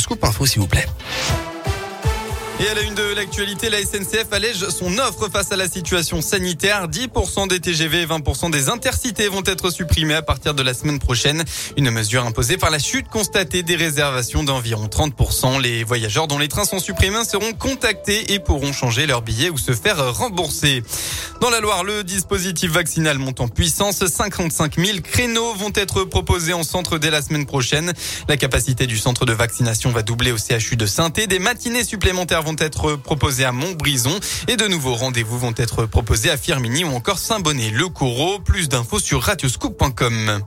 Scoop Info, s'il vous plaît. Et à la une de l'actualité, la SNCF allège son offre face à la situation sanitaire. 10% des TGV et 20% des intercités vont être supprimés à partir de la semaine prochaine. Une mesure imposée par la chute constatée des réservations d'environ 30%. Les voyageurs dont les trains sont supprimés seront contactés et pourront changer leur billet ou se faire rembourser. Dans la Loire, le dispositif vaccinal monte en puissance. 55 000 créneaux vont être proposés en centre dès la semaine prochaine. La capacité du centre de vaccination va doubler au CHU de Saint-Thé. Des matinées supplémentaires vont être proposés à Montbrison et de nouveaux rendez-vous vont être proposés à Firminy ou encore Saint-Bonnet-le-Coureau. Plus d'infos sur radioscoop.com.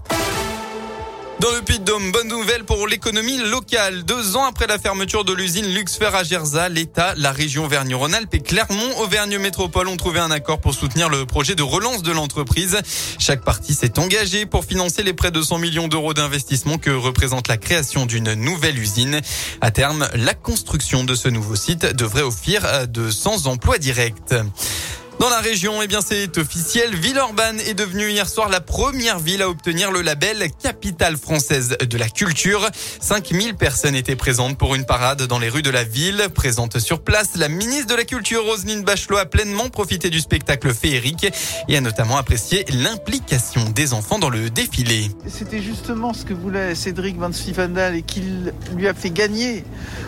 Dans le Puy-de-Dôme, bonne nouvelle pour l'économie locale. 2 ans après la fermeture de l'usine Luxfer à Gerzat, l'État, la région Auvergne-Rhône-Alpes et Clermont-Auvergne Métropole ont trouvé un accord pour soutenir le projet de relance de l'entreprise. Chaque partie s'est engagée pour financer les près de 100 millions d'euros d'investissement que représente la création d'une nouvelle usine. À terme, la construction de ce nouveau site devrait offrir de 100 emplois directs. Dans la région, c'est officiel. Villeurbanne est devenue hier soir la première ville à obtenir le label Capitale française de la culture. 5000 personnes étaient présentes pour une parade dans les rues de la ville. Présente sur place, la ministre de la Culture, Roselyne Bachelot, a pleinement profité du spectacle féerique et a notamment apprécié l'implication des enfants dans le défilé. C'était justement ce que voulait Cédric Van Stiefendal et qui lui a fait gagner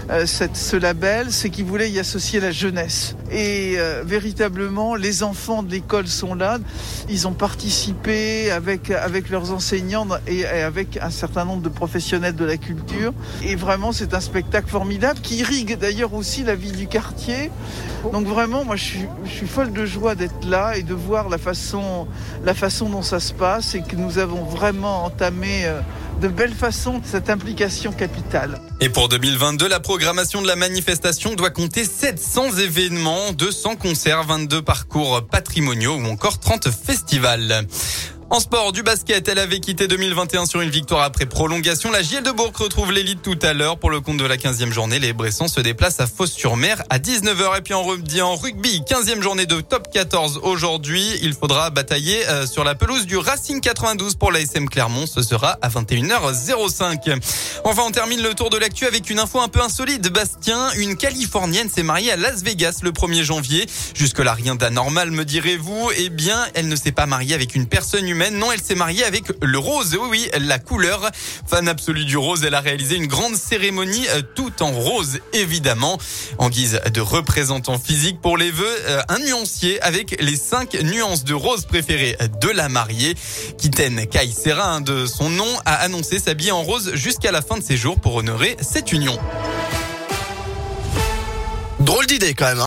ce label, c'est qu'il voulait y associer la jeunesse. Et véritablement, les enfants de l'école sont là. Ils ont participé avec leurs enseignants et avec un certain nombre de professionnels de la culture. Et vraiment, c'est un spectacle formidable qui irrigue d'ailleurs aussi la vie du quartier. Donc vraiment, moi, je suis folle de joie d'être là et de voir la façon dont ça se passe et que nous avons vraiment entamé de belle façon cette implication capitale. Et pour 2022, la programmation de la manifestation doit compter 700 événements, 200 concerts, 22 parcours patrimoniaux ou encore 30 festivals. En sport, du basket, elle avait quitté 2021 sur une victoire après prolongation. La JL de Bourg retrouve l'élite tout à l'heure. Pour le compte de la 15e journée, les Bressans se déplacent à Fos-sur-Mer à 19h. Et puis en rugby, 15e journée de top 14 aujourd'hui. Il faudra batailler sur la pelouse du Racing 92 pour l'ASM Clermont. Ce sera à 21h05. Enfin, on termine le tour de l'actu avec une info un peu insolite. Bastien, une Californienne s'est mariée à Las Vegas le 1er janvier. Jusque-là, rien d'anormal, me direz-vous. Eh bien, elle ne s'est pas mariée avec une personne humaine. Non, elle s'est mariée avec le rose. Oui, la couleur. Fan absolue du rose, elle a réalisé une grande cérémonie tout en rose, évidemment. En guise de représentant physique pour les vœux, un nuancier avec les 5 nuances de rose préférées de la mariée. Kiten Kai Serra, de son nom, a annoncé s'habiller en rose jusqu'à la fin de ses jours pour honorer cette union. Drôle d'idée quand même.